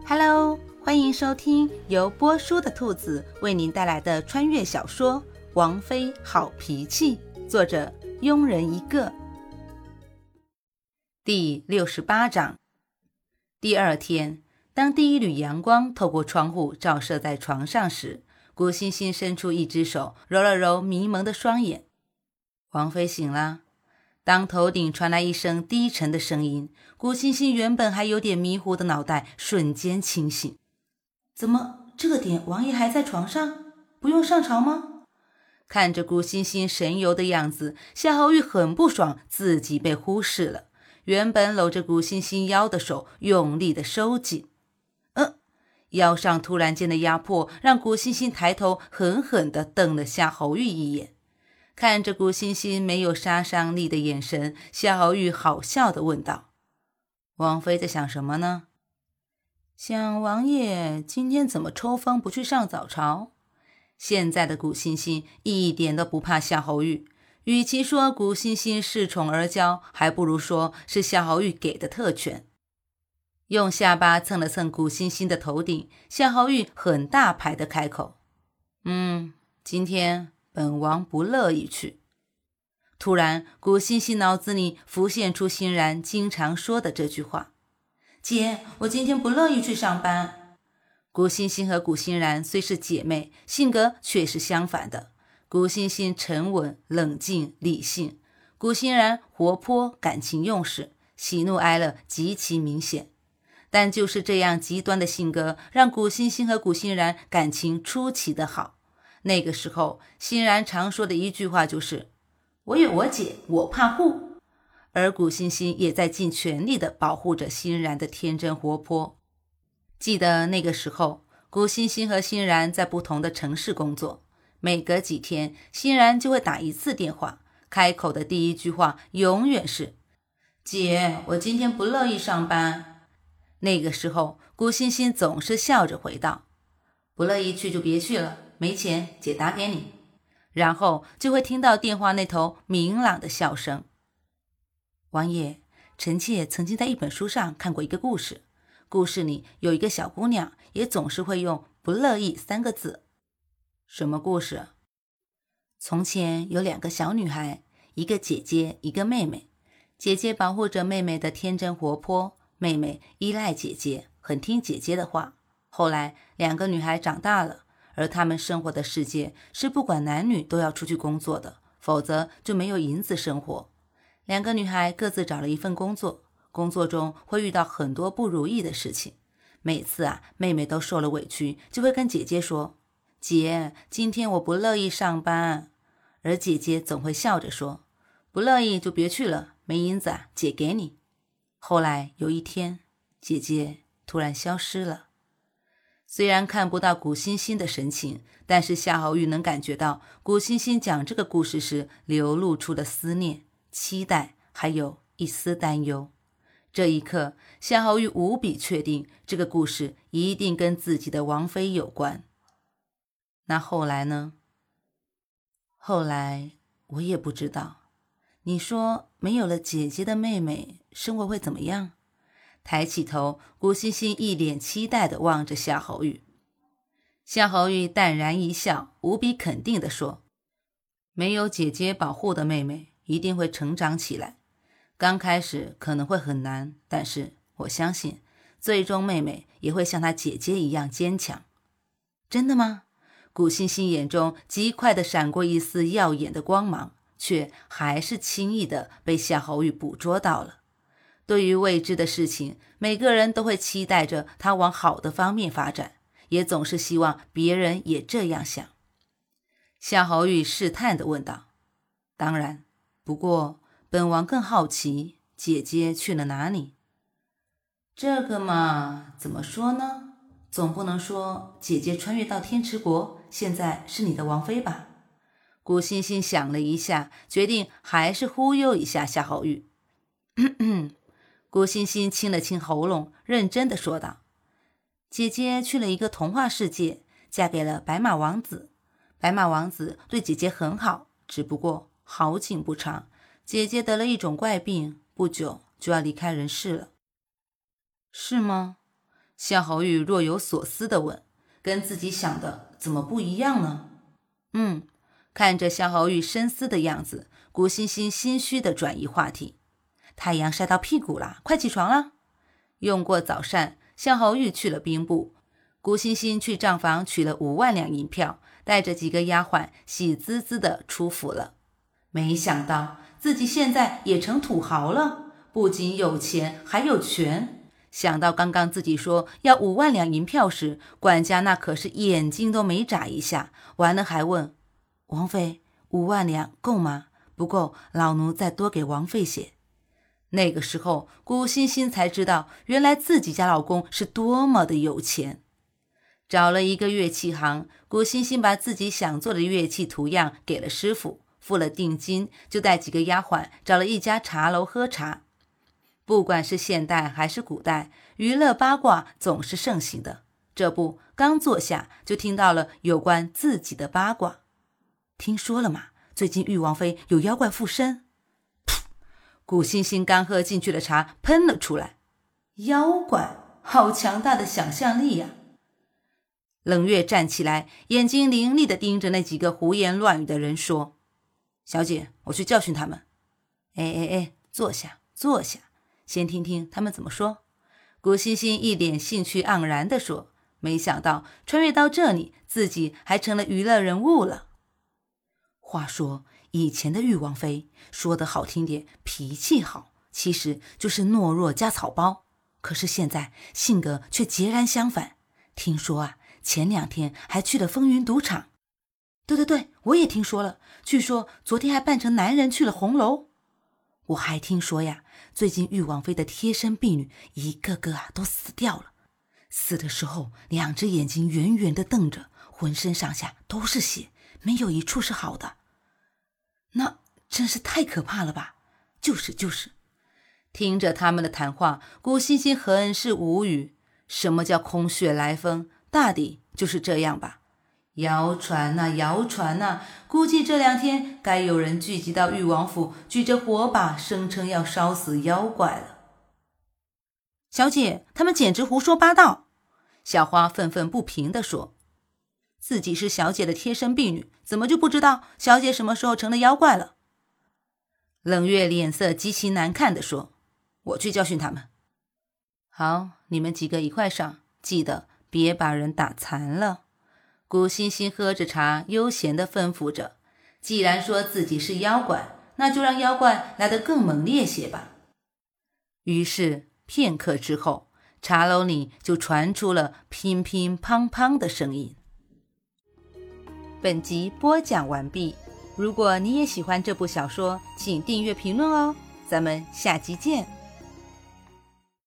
Hello， 欢迎收听由波叔的兔子为您带来的穿越小说《王妃好脾气》，作者庸人一个。第68章。第二天，当第一缕阳光透过窗户照射在床上时，古欣欣伸出一只手揉了揉迷蒙的双眼。王妃醒了。当头顶传来一声低沉的声音，古欣欣原本还有点迷糊的脑袋瞬间清醒。怎么这个点王爷还在床上？不用上朝吗？看着古欣欣神游的样子，夏侯玉很不爽自己被忽视了，原本搂着古欣欣腰的手用力的收紧。腰上突然间的压迫让古欣欣抬头狠狠地瞪了夏侯玉一眼。看着古欣欣没有杀伤力的眼神，夏侯玉好笑地问道：王妃在想什么呢？想王爷今天怎么抽风不去上早朝。现在的古欣欣一点都不怕夏侯玉，与其说古欣欣恃宠而骄，还不如说是夏侯玉给的特权。用下巴蹭了蹭古欣欣的头顶，夏侯玉很大牌的开口：今天本王不乐意去。突然，古欣欣脑子里浮现出欣然经常说的这句话：姐，我今天不乐意去上班。古欣欣和古欣然虽是姐妹，性格却是相反的。古欣欣沉稳、冷静、理性，古欣然活泼、感情用事，喜怒哀乐极其明显。但就是这样极端的性格，让古欣欣和古欣然感情出奇的好。那个时候，欣然常说的一句话就是我有我姐，我怕护。而古欣欣也在尽全力地保护着欣然的天真活泼。记得那个时候，古欣欣和欣然在不同的城市工作，每隔几天欣然就会打一次电话，开口的第一句话永远是姐，我今天不乐意上班。那个时候古欣欣总是笑着回道，不乐意去就别去了，没钱姐打给你。然后就会听到电话那头明朗的笑声。王爷，臣妾曾经在一本书上看过一个故事，故事里有一个小姑娘也总是会用不乐意3个字。什么故事？从前有2个小女孩，一个姐姐一个妹妹。姐姐保护着妹妹的天真活泼，妹妹依赖姐姐，很听姐姐的话。后来2个女孩长大了，而她们生活的世界是不管男女都要出去工作的，否则就没有银子生活。2个女孩各自找了一份工作，工作中会遇到很多不如意的事情。每次妹妹都受了委屈，就会跟姐姐说，姐，今天我不乐意上班。而姐姐总会笑着说，不乐意就别去了，没银子姐给你。后来有一天，姐姐突然消失了。虽然看不到古欣欣的神情，但是夏侯玉能感觉到古欣欣讲这个故事时流露出的思念、期待，还有一丝担忧。这一刻，夏侯玉无比确定这个故事一定跟自己的王妃有关。那后来呢？后来我也不知道。你说没有了姐姐的妹妹，生活会怎么样？抬起头，古欣欣一脸期待地望着夏侯玉。夏侯玉淡然一笑，无比肯定地说，没有姐姐保护的妹妹一定会成长起来。刚开始可能会很难，但是我相信最终妹妹也会像她姐姐一样坚强。真的吗？古欣欣眼中极快地闪过一丝耀眼的光芒，却还是轻易地被夏侯玉捕捉到了。对于未知的事情，每个人都会期待着它往好的方面发展，也总是希望别人也这样想。夏侯玉试探地问道，当然，不过本王更好奇姐姐去了哪里。这个嘛，怎么说呢？总不能说姐姐穿越到天池国，现在是你的王妃吧？古欣欣想了一下，决定还是忽悠一下夏侯玉。古欣欣清了清喉咙，认真地说道，姐姐去了一个童话世界，嫁给了白马王子。白马王子对姐姐很好，只不过好景不长，姐姐得了一种怪病，不久就要离开人世了。是吗？ 夏侯玉若有所思地问：跟自己想的怎么不一样呢？看着夏侯玉深思的样子，古欣欣心虚地转移话题。太阳晒到屁股了，快起床了。用过早膳，夏侯玉去了兵部，古欣欣去账房取了5万两银票，带着几个丫鬟喜滋滋地出府了。没想到自己现在也成土豪了，不仅有钱还有权。想到刚刚自己说要5万两银票时，管家那可是眼睛都没眨一下，完了还问：王妃，5万两够吗？不够，老奴再多给王妃些。那个时候古欣欣才知道，原来自己家老公是多么的有钱。找了一个乐器行，古欣欣把自己想做的乐器图样给了师傅，付了定金，就带几个丫鬟找了一家茶楼喝茶。不管是现代还是古代，娱乐八卦总是盛行的。这不，刚坐下就听到了有关自己的八卦。听说了吗？最近玉王妃有妖怪附身。古欣欣刚喝进去的茶喷了出来。妖怪，好强大的想象力呀！冷月站起来，眼睛凌厉地盯着那几个胡言乱语的人说：小姐，我去教训他们。坐下坐下，先听听他们怎么说。古欣欣一脸兴趣盎然地说，没想到穿越到这里，自己还成了娱乐人物了。话说以前的玉王妃，说得好听点脾气好，其实就是懦弱加草包，可是现在性格却截然相反。听说啊，前2天还去了风云赌场。对，我也听说了，据说昨天还扮成男人去了红楼。我还听说呀，最近玉王妃的贴身婢女一个个都死掉了，死的时候2只眼睛圆圆的瞪着，浑身上下都是血，没有一处是好的。那真是太可怕了吧？就是。听着他们的谈话，古欣欣很是无语。什么叫空穴来风？大抵就是这样吧。谣传呐，估计这2天该有人聚集到玉王府，举着火把声称要烧死妖怪了。小姐，他们简直胡说八道！小花愤愤不平地说，自己是小姐的贴身婢女，怎么就不知道小姐什么时候成了妖怪了？冷月脸色极其难看地说，我去教训他们。好，你们几个一块上，记得别把人打残了。古欣欣喝着茶，悠闲地吩咐着，既然说自己是妖怪，那就让妖怪来得更猛烈些吧。于是片刻之后，茶楼里就传出了乒乒乓乓的声音。本集播讲完毕，如果你也喜欢这部小说，请订阅评论哦，咱们下集见。